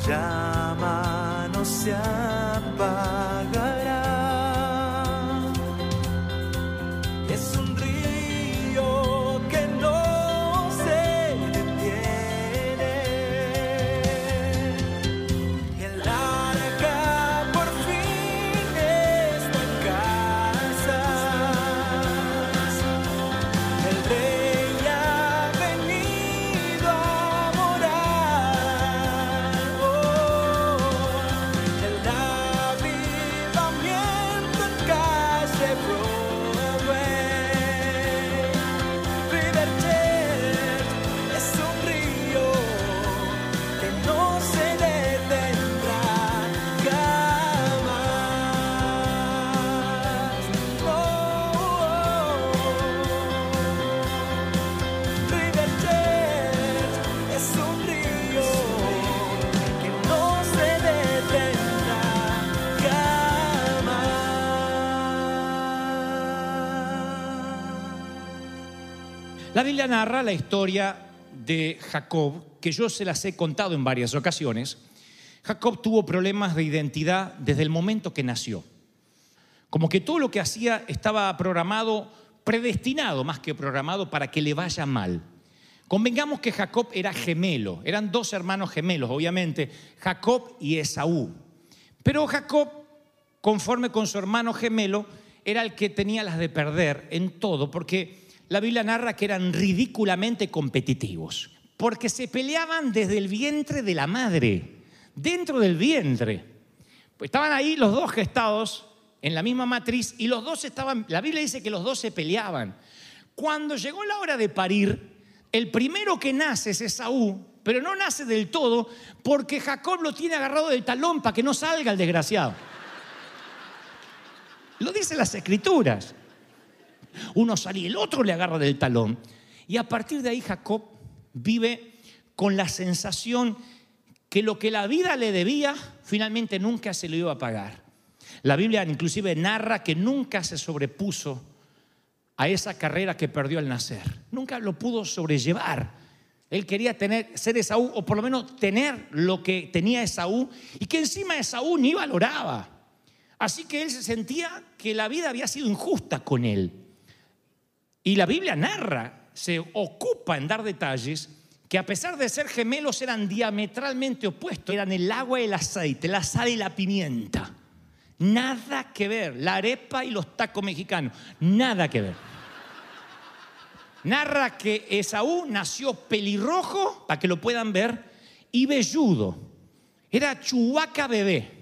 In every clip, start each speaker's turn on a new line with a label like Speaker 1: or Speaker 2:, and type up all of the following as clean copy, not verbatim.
Speaker 1: llama no se apagará. Es un río que no se detiene. Y el arca por fin está en casa. El rey ha venido a morar. El avivamiento en calle Broadway. River Church es un río que no se detendrá jamás. River Church es un río que no se detendrá jamás.
Speaker 2: La Biblia narra la historia de Jacob, que yo se las he contado en varias ocasiones. Jacob tuvo problemas de identidad desde el momento que nació. Como que todo lo que hacía estaba programado, predestinado más que programado para que le vaya mal. Convengamos que Jacob era gemelo, eran dos hermanos gemelos, obviamente, Jacob y Esaú. Pero Jacob, conforme con su hermano gemelo, era el que tenía las de perder en todo, porque la Biblia narra que eran ridículamente competitivos, porque se peleaban desde el vientre de la madre, dentro del vientre. Pues estaban ahí los dos gestados en la misma matriz y los dos estaban, la Biblia dice que los dos se peleaban. Cuando llegó la hora de parir, el primero que nace es Esaú, pero no nace del todo porque Jacob lo tiene agarrado del talón para que no salga el desgraciado. Lo dicen las Escrituras. Uno sale y el otro le agarra del talón. Y a partir de ahí Jacob vive con la sensación que lo que la vida le debía finalmente nunca se lo iba a pagar. La Biblia inclusive narra que nunca se sobrepuso a esa carrera que perdió al nacer. Nunca lo pudo sobrellevar. Él quería ser Esaú, o por lo menos tener lo que tenía Esaú, y que encima Esaú ni valoraba. Así que él se sentía que la vida había sido injusta con él. Y la Biblia narra, se ocupa en dar detalles, que a pesar de ser gemelos eran diametralmente opuestos. Eran el agua y el aceite, la sal y la pimienta. Nada que ver. La arepa y los tacos mexicanos. Nada que ver. Narra que Esaú nació pelirrojo, para que lo puedan ver, y velludo. Era Chewbacca bebé.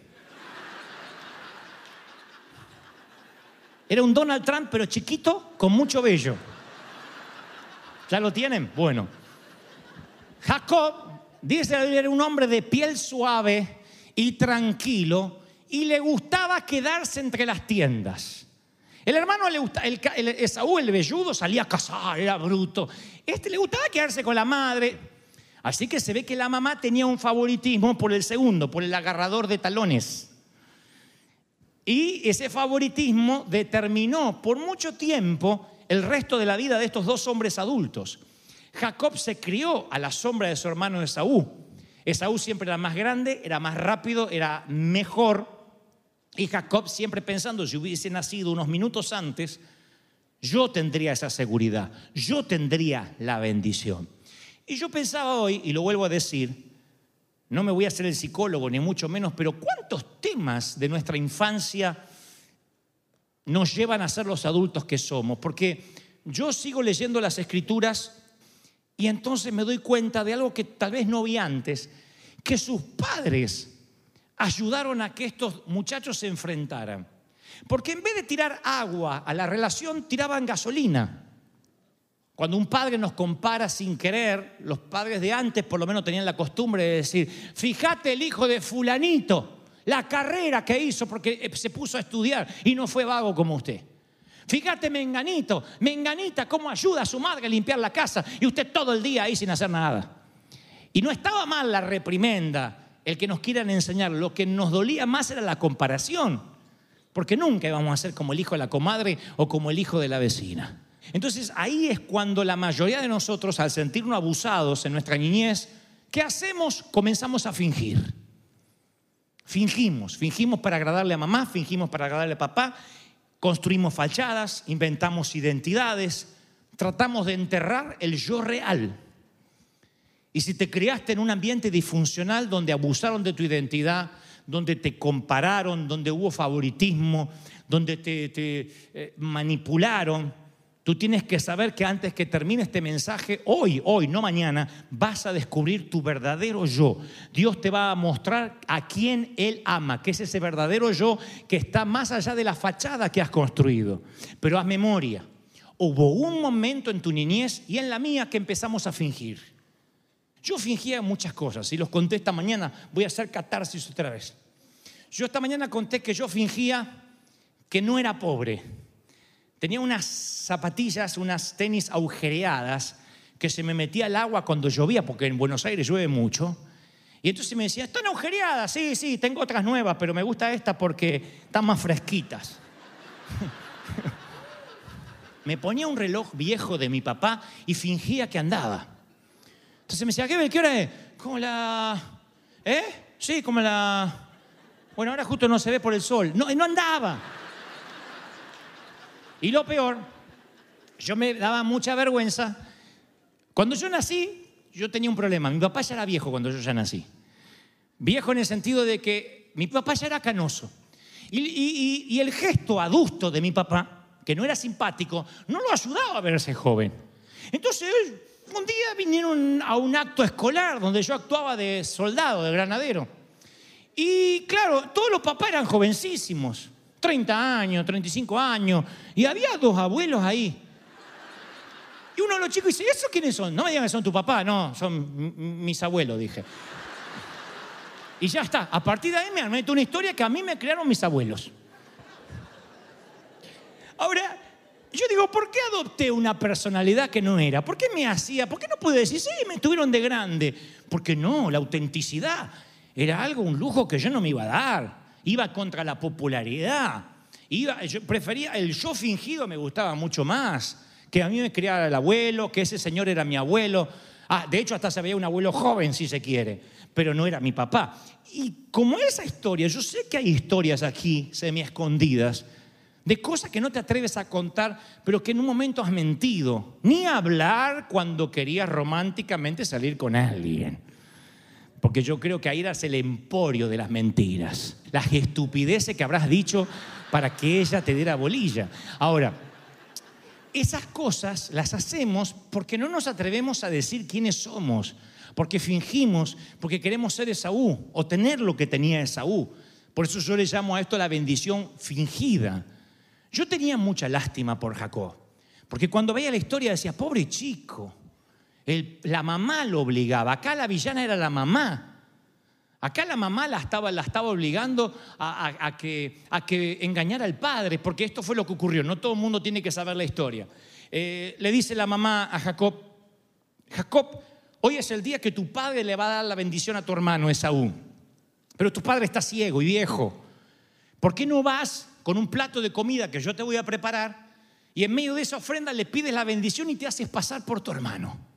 Speaker 2: Era un Donald Trump, pero chiquito, con mucho vello. ¿Ya lo tienen? Bueno. Jacob, dice la Biblia, era un hombre de piel suave y tranquilo, y le gustaba quedarse entre las tiendas. El hermano le gustaba, Esaú, el velludo, salía a cazar, era bruto. Le gustaba quedarse con la madre. Así que se ve que la mamá tenía un favoritismo por el segundo, por el agarrador de talones. Y ese favoritismo determinó por mucho tiempo el resto de la vida de estos dos hombres adultos. Jacob se crió a la sombra de su hermano Esaú. Esaú siempre era más grande, era más rápido, era mejor. Y Jacob siempre pensando, si hubiese nacido unos minutos antes, yo tendría esa seguridad, yo tendría la bendición. Y yo pensaba hoy, y lo vuelvo a decir, no me voy a hacer el psicólogo ni mucho menos, pero ¿cuántos temas de nuestra infancia nos llevan a ser los adultos que somos? Porque yo sigo leyendo las Escrituras y entonces me doy cuenta de algo que tal vez no vi antes, que sus padres ayudaron a que estos muchachos se enfrentaran. Porque en vez de tirar agua a la relación, tiraban gasolina. Cuando un padre nos compara sin querer, los padres de antes por lo menos tenían la costumbre de decir, fíjate el hijo de fulanito, la carrera que hizo porque se puso a estudiar y no fue vago como usted. Fíjate menganito, menganita, cómo ayuda a su madre a limpiar la casa y usted todo el día ahí sin hacer nada. Y no estaba mal la reprimenda, el que nos quieran enseñar. Lo que nos dolía más era la comparación, porque nunca íbamos a ser como el hijo de la comadre o como el hijo de la vecina. Entonces ahí es cuando la mayoría de nosotros, al sentirnos abusados en nuestra niñez, ¿qué hacemos? Comenzamos a fingir. Fingimos para agradarle a mamá, fingimos para agradarle a papá, construimos fachadas, inventamos identidades, tratamos de enterrar el yo real. Y si te criaste en un ambiente disfuncional donde abusaron de tu identidad, donde te compararon, donde hubo favoritismo, donde te manipularon, tú tienes que saber que antes que termine este mensaje, hoy, no mañana, vas a descubrir tu verdadero yo. Dios te va a mostrar a quién Él ama, que es ese verdadero yo que está más allá de la fachada que has construido. Pero haz memoria, hubo un momento en tu niñez y en la mía que empezamos a fingir. Yo fingía muchas cosas y los conté esta mañana, voy a hacer catarsis otra vez. Yo esta mañana conté que yo fingía que no era pobre. Tenía unas zapatillas, unas tenis agujereadas que se me metía el agua cuando llovía, porque en Buenos Aires llueve mucho. Y entonces me decía, ¿están agujereadas? Sí, tengo otras nuevas, pero me gusta esta porque están más fresquitas. Me ponía un reloj viejo de mi papá y fingía que andaba. Entonces me decía, ¿qué hora es? Como la... Sí, como la... Bueno, ahora justo no se ve por el sol. No andaba. Y lo peor, yo me daba mucha vergüenza. Cuando yo nací, yo tenía un problema. Mi papá ya era viejo cuando yo ya nací. Viejo en el sentido de que mi papá ya era canoso. Y el gesto adusto de mi papá, que no era simpático, no lo ayudaba a verse joven. Entonces, un día vinieron a un acto escolar donde yo actuaba de soldado, de granadero. Y claro, todos los papás eran jovencísimos. 30 años, 35 años, y había 2 abuelos ahí. Y uno de los chicos dice, ¿esos quiénes son? No me digan que son tu papá, no, son mis abuelos, dije. Y ya está, a partir de ahí me armé una historia que a mí me crearon mis abuelos. Ahora, yo digo, ¿por qué adopté una personalidad que no era? ¿Por qué me hacía? ¿Por qué no pude decir, sí, me tuvieron de grande? Porque no, la autenticidad era algo, un lujo que yo no me iba a dar. Iba contra la popularidad. Yo prefería, el yo fingido me gustaba mucho más. Que a mí me criara el abuelo, que ese señor era mi abuelo. De hecho, hasta se veía un abuelo joven, si se quiere. Pero no era mi papá. Y como esa historia, yo sé que hay historias aquí, semi-escondidas, de cosas que no te atreves a contar, pero que en un momento has mentido. Ni hablar cuando querías románticamente salir con alguien. Porque yo creo que ahí eras el emporio de las mentiras. Las estupideces que habrás dicho para que ella te diera bolilla. Ahora, esas cosas las hacemos porque no nos atrevemos a decir quiénes somos. Porque fingimos, porque queremos ser Esaú o tener lo que tenía Esaú. Por eso yo le llamo a esto la bendición fingida. Yo tenía mucha lástima por Jacob. Porque cuando veía la historia decía, pobre chico. La mamá lo obligaba. Acá la villana era la mamá. Acá la mamá la estaba obligando a que engañara al padre, porque esto fue lo que ocurrió. No todo el mundo tiene que saber la historia. Le dice la mamá a Jacob, Jacob, hoy es el día que tu padre le va a dar la bendición a tu hermano Esaú. Pero tu padre está ciego y viejo. ¿Por qué no vas con un plato de comida que yo te voy a preparar y en medio de esa ofrenda le pides la bendición y te haces pasar por tu hermano?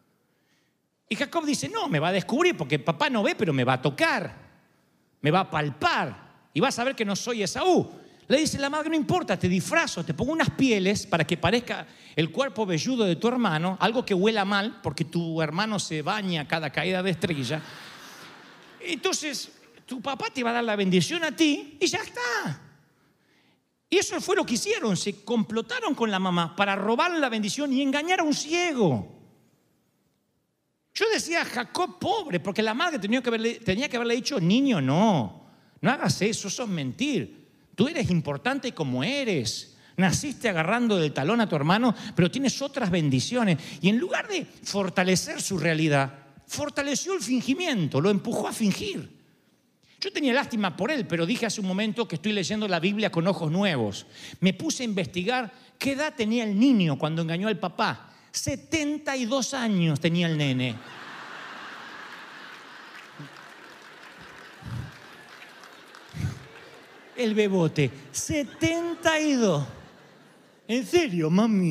Speaker 2: Y Jacob dice, no, me va a descubrir porque papá no ve, pero me va a tocar, me va a palpar y va a saber que no soy Esaú. Le dice la madre, no importa, te disfrazo, te pongo unas pieles para que parezca el cuerpo velludo de tu hermano, algo que huela mal porque tu hermano se baña cada caída de estrella. Entonces, tu papá te va a dar la bendición a ti y ya está. Y eso fue lo que hicieron, se complotaron con la mamá para robarle la bendición y engañar a un ciego. Yo decía, Jacob pobre, porque la madre tenía que haberle dicho, niño, no hagas eso es mentir. Tú eres importante como eres. Naciste agarrando del talón a tu hermano, pero tienes otras bendiciones. Y en lugar de fortalecer su realidad, fortaleció el fingimiento, lo empujó a fingir. Yo tenía lástima por él, pero dije hace un momento que estoy leyendo la Biblia con ojos nuevos. Me puse a investigar qué edad tenía el niño cuando engañó al papá. 72 años tenía el nene. El bebote, 72. ¿En serio, mami?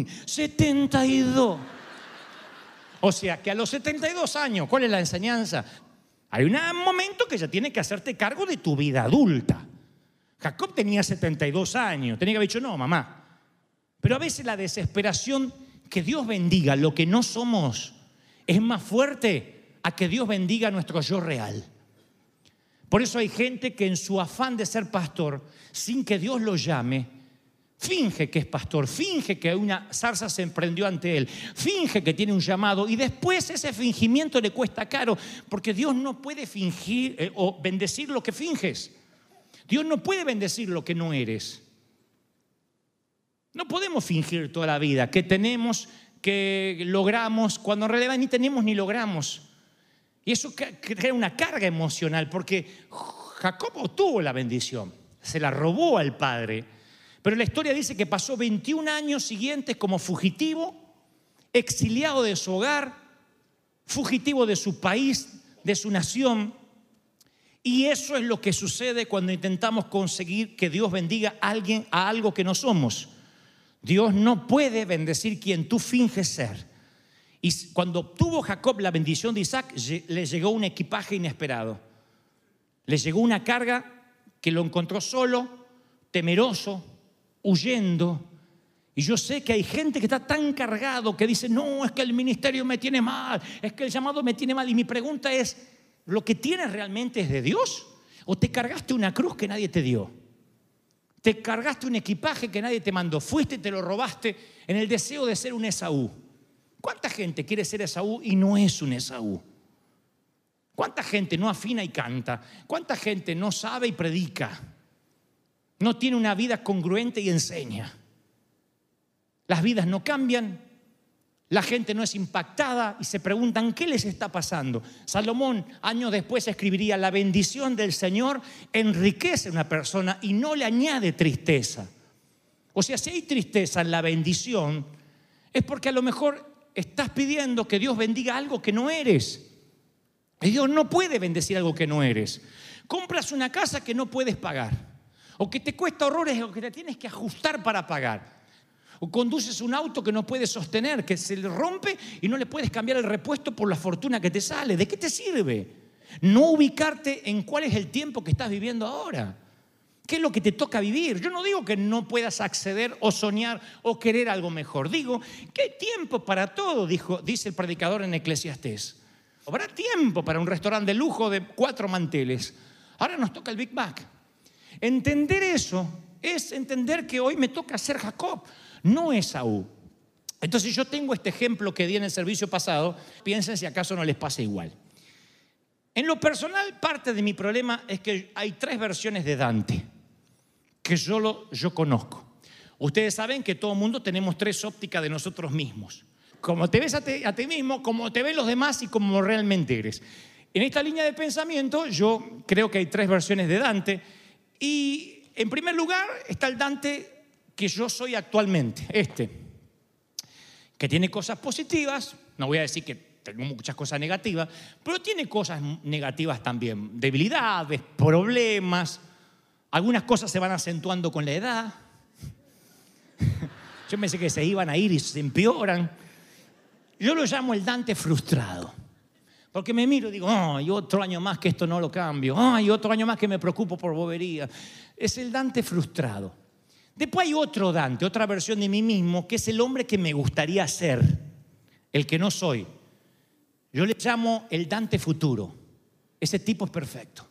Speaker 2: 72. O sea, que a los 72 años, ¿cuál es la enseñanza? Hay un momento que ya tienes que hacerte cargo de tu vida adulta. Jacob tenía 72 años, tenía que haber dicho, no, mamá. Pero a veces la desesperación, que Dios bendiga lo que no somos, es más fuerte a que Dios bendiga nuestro yo real. Por eso hay gente que en su afán de ser pastor, sin que Dios lo llame, finge que es pastor, finge que una zarza se emprendió ante él, finge que tiene un llamado y después ese fingimiento le cuesta caro, porque Dios no puede fingir o bendecir lo que finges. Dios no puede bendecir lo que no eres. No podemos fingir toda la vida que tenemos, que logramos, cuando en realidad ni tenemos ni logramos. Y eso crea una carga emocional, porque Jacob obtuvo la bendición, se la robó al padre. Pero la historia dice que pasó 21 años siguientes como fugitivo, exiliado de su hogar, fugitivo de su país, de su nación. Y eso es lo que sucede cuando intentamos conseguir que Dios bendiga a alguien, a algo que no somos. Dios no puede bendecir quien tú finges ser. Y cuando obtuvo Jacob la bendición de Isaac, le llegó un equipaje inesperado. Le llegó una carga que lo encontró solo, temeroso, huyendo. Y yo sé que hay gente que está tan cargado que dice, no, es que el ministerio me tiene mal, es que el llamado me tiene mal. Y mi pregunta es, ¿lo que tienes realmente es de Dios? ¿O te cargaste una cruz que nadie te dio? ¿Te cargaste un equipaje que nadie te mandó? Fuiste y te lo robaste en el deseo de ser un Esaú. ¿Cuánta gente quiere ser Esaú y no es un Esaú? ¿Cuánta gente no afina y canta? ¿Cuánta gente no sabe y predica? No tiene una vida congruente y enseña. Las vidas no cambian, la gente no es impactada y se preguntan ¿qué les está pasando? Salomón años después escribiría: la bendición del Señor enriquece a una persona y no le añade tristeza. O sea, si hay tristeza en la bendición, es porque a lo mejor estás pidiendo que Dios bendiga algo que no eres. Y Dios no puede bendecir algo que no eres. Compras una casa que no puedes pagar, o que te cuesta horrores, o que te tienes que ajustar para pagar. O conduces un auto que no puedes sostener, que se le rompe y no le puedes cambiar el repuesto por la fortuna que te sale. ¿De qué te sirve? No ubicarte en cuál es el tiempo que estás viviendo ahora. ¿Qué es lo que te toca vivir? Yo no digo que no puedas acceder o soñar o querer algo mejor. Digo que hay tiempo para todo, dice el predicador en Eclesiastés. Habrá tiempo para un restaurante de lujo de 4 manteles. Ahora nos toca el Big Mac. Entender eso es entender que hoy me toca ser Jacob, no Esaú. Entonces yo tengo este ejemplo que di en el servicio pasado. Piensen si acaso no les pasa igual. En lo personal, parte de mi problema es que hay 3 versiones de Dante que yo conozco. Ustedes saben que todo el mundo tenemos 3 ópticas de nosotros mismos. Como te ves a ti mismo, como te ven los demás y como realmente eres. En esta línea de pensamiento yo creo que hay 3 versiones de Dante. Y en primer lugar está el Dante que yo soy actualmente, que tiene cosas positivas. No voy a decir que tengo muchas cosas negativas, pero tiene cosas negativas también, debilidades, problemas. Algunas cosas se van acentuando con la edad. Yo pensé que se iban a ir y se empeoran. Yo lo llamo el Dante frustrado, porque me miro y digo, ay, otro año más que esto no lo cambio, ay, otro año más que me preocupo por bobería. Es el Dante frustrado. Después hay otro Dante, otra versión de mí mismo, que es el hombre que me gustaría ser, el que no soy. Yo le llamo el Dante futuro. Ese tipo es perfecto.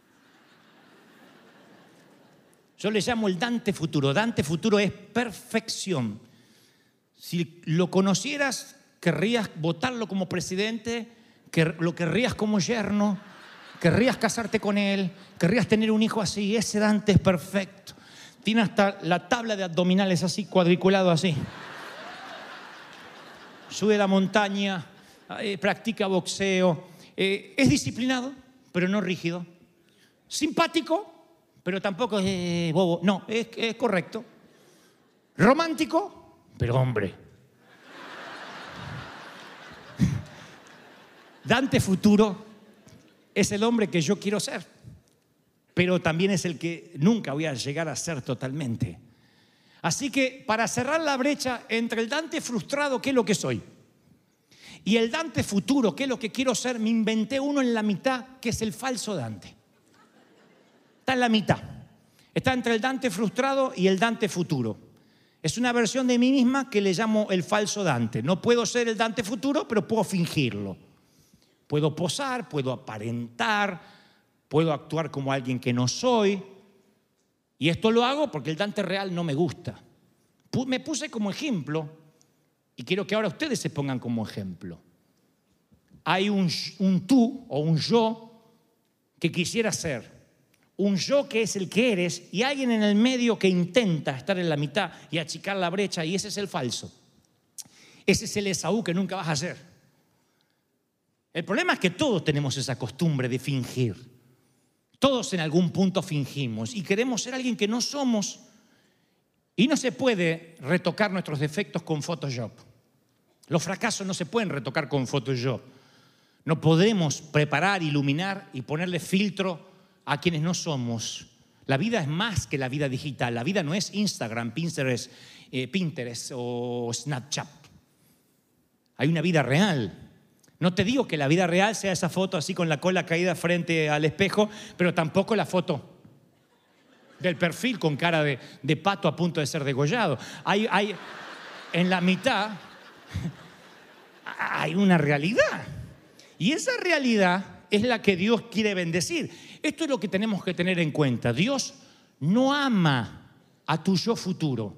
Speaker 2: Yo le llamo el Dante futuro. Dante futuro es perfección. Si lo conocieras, querrías votarlo como presidente, lo querrías como yerno, querrías casarte con él, querrías tener un hijo así. Ese Dante es perfecto. Tiene hasta la tabla de abdominales así, cuadriculado así. Sube la montaña, practica boxeo. Es disciplinado, pero no rígido. Simpático, pero tampoco es bobo. No, es correcto. Romántico, pero hombre. Dante futuro es el hombre que yo quiero ser, pero también es el que nunca voy a llegar a ser totalmente. Así que para cerrar la brecha entre el Dante frustrado, que es lo que soy, Y el Dante futuro, que es lo que quiero ser, me inventé uno en la mitad, que es el falso Dante. Está en la mitad. Está entre el Dante frustrado y el Dante futuro. Es una versión de mí misma que le llamo el falso Dante. No puedo ser el Dante futuro, pero puedo fingirlo. Puedo posar, puedo aparentar, puedo actuar como alguien que no soy. Y esto lo hago porque el Dante real no me gusta. Me puse como ejemplo y quiero que ahora ustedes se pongan como ejemplo. Hay un tú o un yo que quisiera ser. Un yo que es el que eres y alguien en el medio que intenta estar en la mitad y achicar la brecha, y ese es el falso. Ese es el Esaú que nunca vas a ser. El problema es que todos tenemos esa costumbre de fingir. Todos en algún punto fingimos y queremos ser alguien que no somos, y no se puede retocar nuestros defectos con Photoshop. Los fracasos no se pueden retocar con Photoshop. No podemos preparar, iluminar y ponerle filtro a quienes no somos. La vida es más que la vida digital. La vida no es Instagram, Pinterest o Snapchat. Hay una vida real. No te digo que la vida real sea esa foto así con la cola caída frente al espejo, pero tampoco la foto del perfil con cara de pato a punto de ser degollado. Hay en la mitad hay una realidad. Y esa realidad es la que Dios quiere bendecir. Esto es lo que tenemos que tener en cuenta. Dios no ama a tu yo futuro.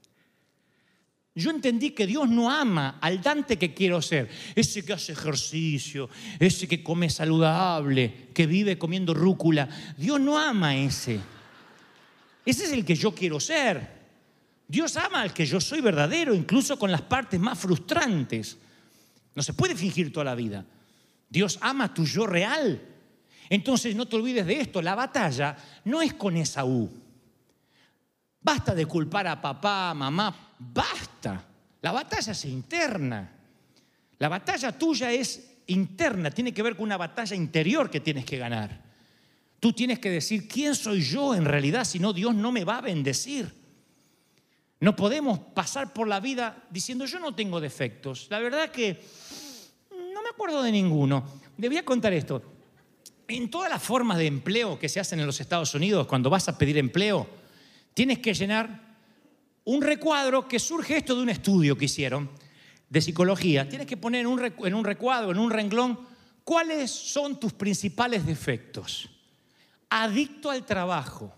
Speaker 2: Yo entendí que Dios no ama al Dante que quiero ser. Ese que hace ejercicio, ese que come saludable, que vive comiendo rúcula. Dios no ama a ese. Ese es el que yo quiero ser. Dios ama al que yo soy verdadero, incluso con las partes más frustrantes. No se puede fingir toda la vida. Dios ama a tu yo real. Entonces no te olvides de esto, la batalla no es con Esaú. Basta de culpar a papá, mamá, basta. La batalla es interna. La batalla tuya es interna, tiene que ver con una batalla interior que tienes que ganar. Tú tienes que decir, ¿quién soy yo en realidad? Si no, Dios no me va a bendecir. No podemos pasar por la vida diciendo, yo no tengo defectos. La verdad que no me acuerdo de ninguno. Le voy a contar esto. En todas las formas de empleo que se hacen en los Estados Unidos, cuando vas a pedir empleo, tienes que llenar un recuadro que surge esto de un estudio que hicieron de psicología. Tienes que poner en un recuadro, en un renglón, cuáles son tus principales defectos. Adicto al trabajo.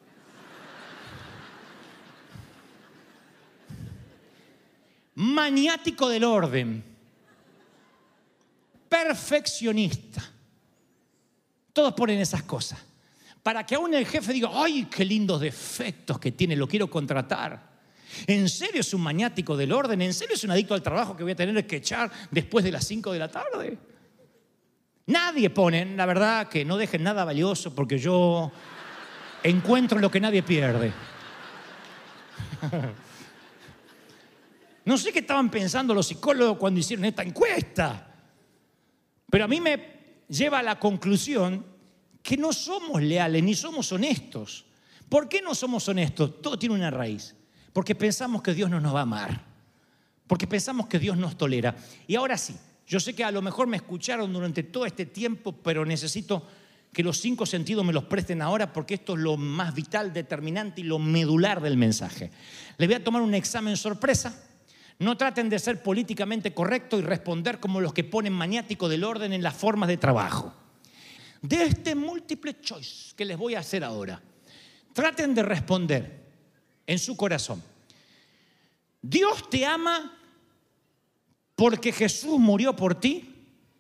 Speaker 2: Maniático del orden. Perfeccionista. Todos ponen esas cosas. Para que aún el jefe diga, ¡ay, qué lindos defectos que tiene! Lo quiero contratar. ¿En serio es un maniático del orden? ¿En serio es un adicto al trabajo que voy a tener que echar después de las 5 de la tarde? Nadie pone, la verdad, que no dejen nada valioso porque yo encuentro lo que nadie pierde. No sé qué estaban pensando los psicólogos cuando hicieron esta encuesta, pero a mí me lleva a la conclusión que no somos leales ni somos honestos. ¿Por qué no somos honestos? Todo tiene una raíz. Porque pensamos que Dios no nos va a amar. Porque pensamos que Dios nos tolera. Y ahora sí, yo sé que a lo mejor me escucharon durante todo este tiempo, pero necesito que los 5 sentidos me los presten ahora porque esto es lo más vital, determinante y lo medular del mensaje. Les voy a tomar un examen sorpresa. No traten de ser políticamente correctos y responder como los que ponen maniático del orden en las formas de trabajo. De este múltiple choice que les voy a hacer ahora, traten de responder en su corazón. ¿Dios te ama porque Jesús murió por ti?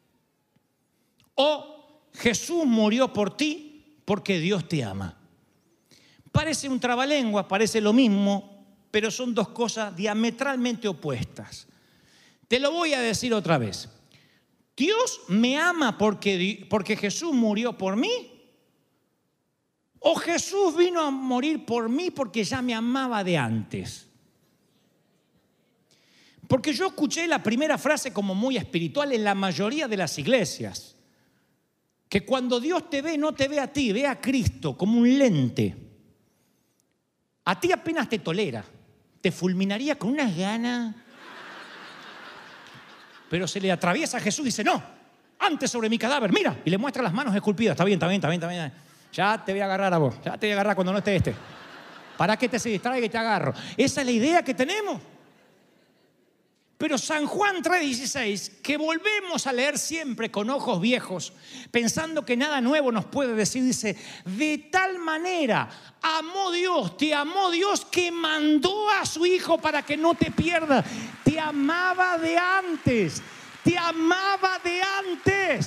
Speaker 2: ¿O Jesús murió por ti porque Dios te ama? Parece un trabalengua, parece lo mismo, pero son dos cosas diametralmente opuestas. Te lo voy a decir otra vez. ¿Dios me ama porque Jesús murió por mí? ¿O Jesús vino a morir por mí porque ya me amaba de antes? Porque yo escuché la primera frase como muy espiritual en la mayoría de las iglesias. Que cuando Dios te ve, no te ve a ti, ve a Cristo como un lente. A ti apenas te tolera. Te fulminaría con unas ganas. Pero se le atraviesa a Jesús y dice, no, antes sobre mi cadáver, mira. Y le muestra las manos esculpidas. Está bien. Ya te voy a agarrar a vos. Ya te voy a agarrar cuando no esté este. Para que te se distraiga y te agarro. Esa es la idea que tenemos. Pero San Juan 3:16, que volvemos a leer siempre con ojos viejos, pensando que nada nuevo nos puede decir, dice, de tal manera amó Dios, te amó Dios que mandó a su Hijo para que no te pierdas. Te amaba de antes, te amaba de antes.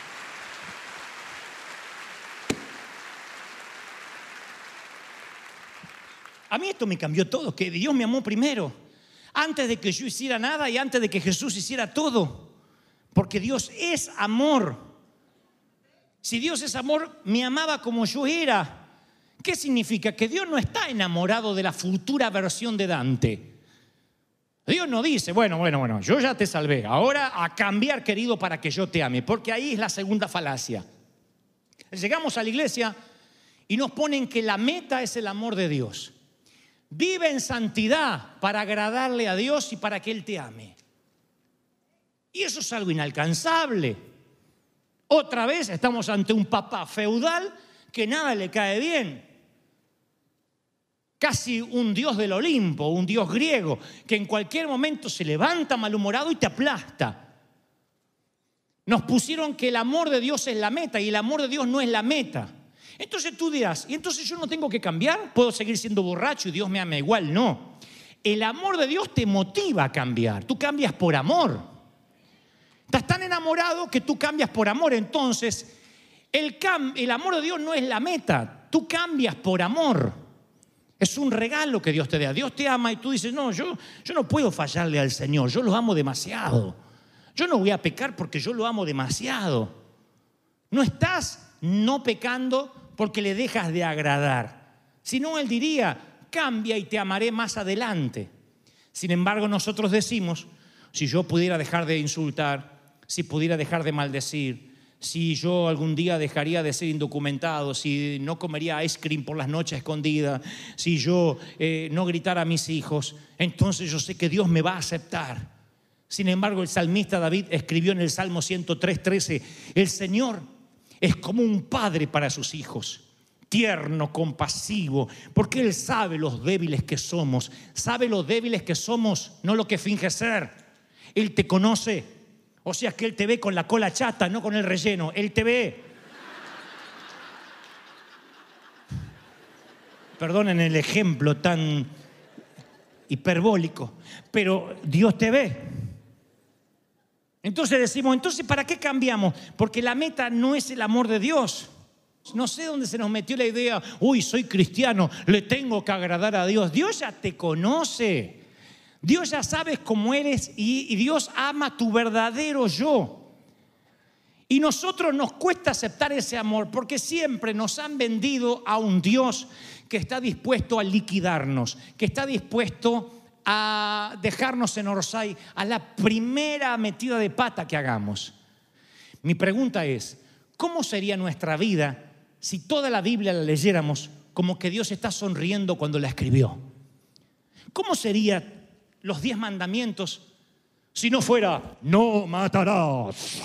Speaker 2: A mí esto me cambió todo, que Dios me amó primero. Antes de que yo hiciera nada y antes de que Jesús hiciera todo. Porque Dios es amor. Si Dios es amor, me amaba como yo era. ¿Qué significa? Que Dios no está enamorado de la futura versión de Dante. Dios no dice, bueno, yo ya te salvé. Ahora a cambiar, querido, para que yo te ame. Porque ahí es la segunda falacia. Llegamos a la iglesia y nos ponen que la meta es el amor de Dios. Vive en santidad para agradarle a Dios y para que Él te ame. Y eso es algo inalcanzable. Otra vez estamos ante un papá feudal que nada le cae bien. Casi un dios del Olimpo, un dios griego, que en cualquier momento se levanta malhumorado y te aplasta. Nos pusieron que el amor de Dios es la meta y el amor de Dios no es la meta. Entonces tú dirás, ¿y entonces yo no tengo que cambiar? ¿Puedo seguir siendo borracho y Dios me ama igual? No. El amor de Dios te motiva a cambiar. Tú cambias por amor. Estás tan enamorado que tú cambias por amor. Entonces, el amor de Dios no es la meta. Tú cambias por amor. Es un regalo que Dios te da. Dios te ama y tú dices, no, yo no puedo fallarle al Señor. Yo lo amo demasiado. Yo no voy a pecar porque yo lo amo demasiado. No estás no pecando porque le dejas de agradar. Si no, Él diría, cambia y te amaré más adelante. Sin embargo, nosotros decimos, si yo pudiera dejar de insultar, si pudiera dejar de maldecir, si yo algún día dejaría de ser indocumentado, si no comería ice cream por las noches escondidas, si yo no gritara a mis hijos, entonces yo sé que Dios me va a aceptar. Sin embargo, el salmista David escribió en el Salmo 103:13, el Señor es como un padre para sus hijos, tierno, compasivo, porque Él sabe los débiles que somos, no lo que finge ser. Él te conoce, o sea que Él te ve con la cola chata, no con el relleno, Él te ve. Perdonen el ejemplo tan hiperbólico, pero Dios te ve. Entonces decimos, ¿para qué cambiamos? Porque la meta no es el amor de Dios. No sé dónde se nos metió la idea, soy cristiano, le tengo que agradar a Dios. Dios ya te conoce. Dios ya sabe cómo eres y Dios ama tu verdadero yo. Y nosotros nos cuesta aceptar ese amor porque siempre nos han vendido a un Dios que está dispuesto a liquidarnos, que está dispuesto a dejarnos en Orsay a la primera metida de pata que hagamos. Mi pregunta es, ¿cómo sería nuestra vida si toda la Biblia la leyéramos como que Dios está sonriendo cuando la escribió? ¿Cómo serían los 10 mandamientos si no fuera no matarás?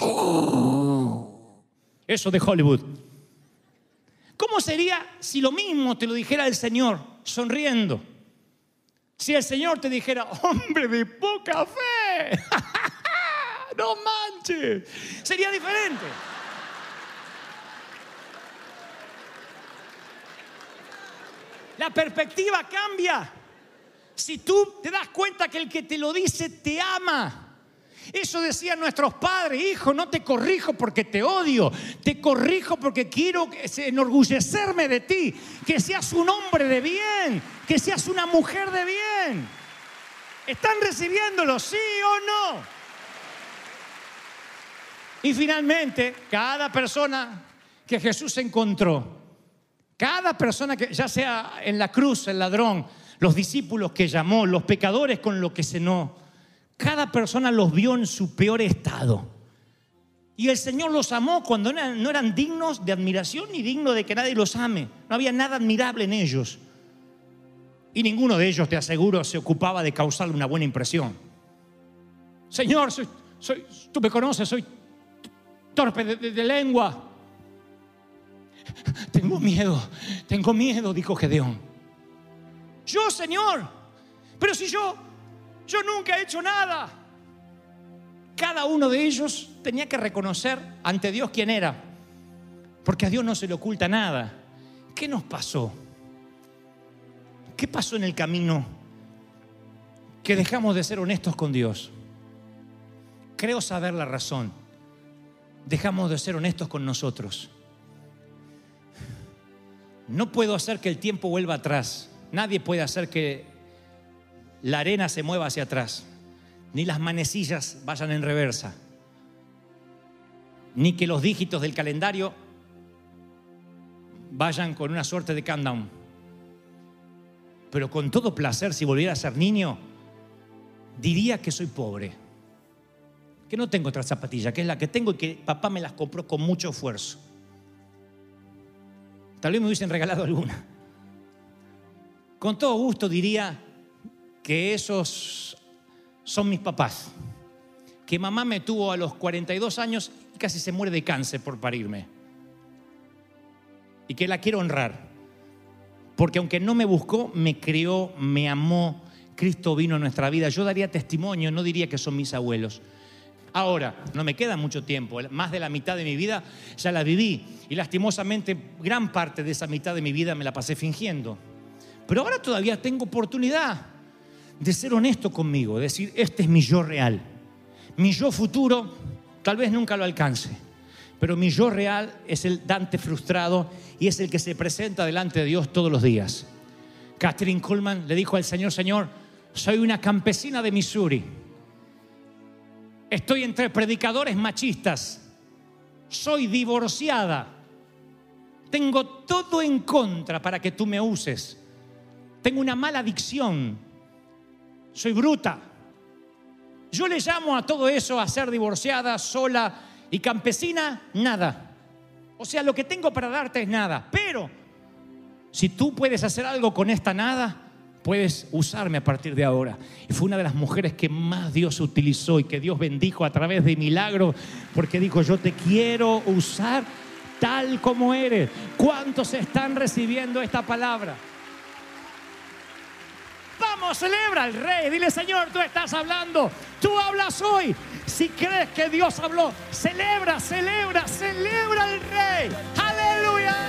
Speaker 2: Eso de Hollywood. ¿Cómo sería si lo mismo te lo dijera el Señor sonriendo? Si el Señor te dijera, hombre de poca fe, no manches, sería diferente. La perspectiva cambia. Si tú te das cuenta que el que te lo dice te ama. Eso decían nuestros padres, hijo, no te corrijo porque te odio, te corrijo porque quiero enorgullecerme de ti, que seas un hombre de bien, que seas una mujer de bien. ¿Están recibiéndolo, sí o no? Y finalmente, cada persona que Jesús encontró, cada persona que, ya sea en la cruz, el ladrón, los discípulos que llamó, los pecadores con los que cenó, cada persona los vio en su peor estado. Y el Señor los amó cuando no eran dignos de admiración ni dignos de que nadie los ame. No había nada admirable en ellos. Y ninguno de ellos, te aseguro, se ocupaba de causarle una buena impresión. Señor, Tú me conoces, soy torpe de lengua. Tengo miedo, dijo Gedeón. Yo, Señor, pero si yo nunca he hecho nada. Cada uno de ellos tenía que reconocer ante Dios quién era, porque a Dios no se le oculta nada. ¿Qué nos pasó? ¿Qué pasó en el camino que dejamos de ser honestos con Dios? Creo saber la razón. Dejamos de ser honestos con nosotros. No puedo hacer que el tiempo vuelva atrás. Nadie puede hacer que la arena se mueva hacia atrás, ni las manecillas vayan en reversa, ni que los dígitos del calendario vayan con una suerte de countdown. Pero con todo placer, si volviera a ser niño, diría que soy pobre, que no tengo otra zapatilla, que es la que tengo y que papá me las compró con mucho esfuerzo. Tal vez me hubiesen regalado alguna. Con todo gusto diría que esos son mis papás, que mamá me tuvo a los 42 años y casi se muere de cáncer por parirme, y que la quiero honrar, porque aunque no me buscó, me crió, me amó. Cristo vino a nuestra vida. Yo daría testimonio, no diría que son mis abuelos. Ahora, no me queda mucho tiempo, más de la mitad de mi vida ya la viví, y lastimosamente gran parte de esa mitad de mi vida me la pasé fingiendo. Pero ahora todavía tengo oportunidad de ser honesto conmigo, de decir, este es mi yo real. Mi yo futuro tal vez nunca lo alcance, pero mi yo real es el Dante frustrado y es el que se presenta delante de Dios todos los días. Kathryn Kuhlman le dijo al Señor: Señor, soy una campesina de Missouri. Estoy entre predicadores machistas. Soy divorciada. Tengo todo en contra para que tú me uses. Tengo una mala adicción. Soy bruta. Yo le llamo a todo eso a ser divorciada, sola y campesina, nada. O sea, lo que tengo para darte es nada. Pero si tú puedes hacer algo con esta nada, puedes usarme a partir de ahora. Y fue una de las mujeres que más Dios utilizó y que Dios bendijo a través de milagros, porque dijo: yo te quiero usar tal como eres. ¿Cuántos están recibiendo esta palabra? Vamos, celebra al Rey. Dile: Señor, tú estás hablando, tú hablas hoy. Si crees que Dios habló, celebra, celebra, celebra al Rey. ¡Aleluya!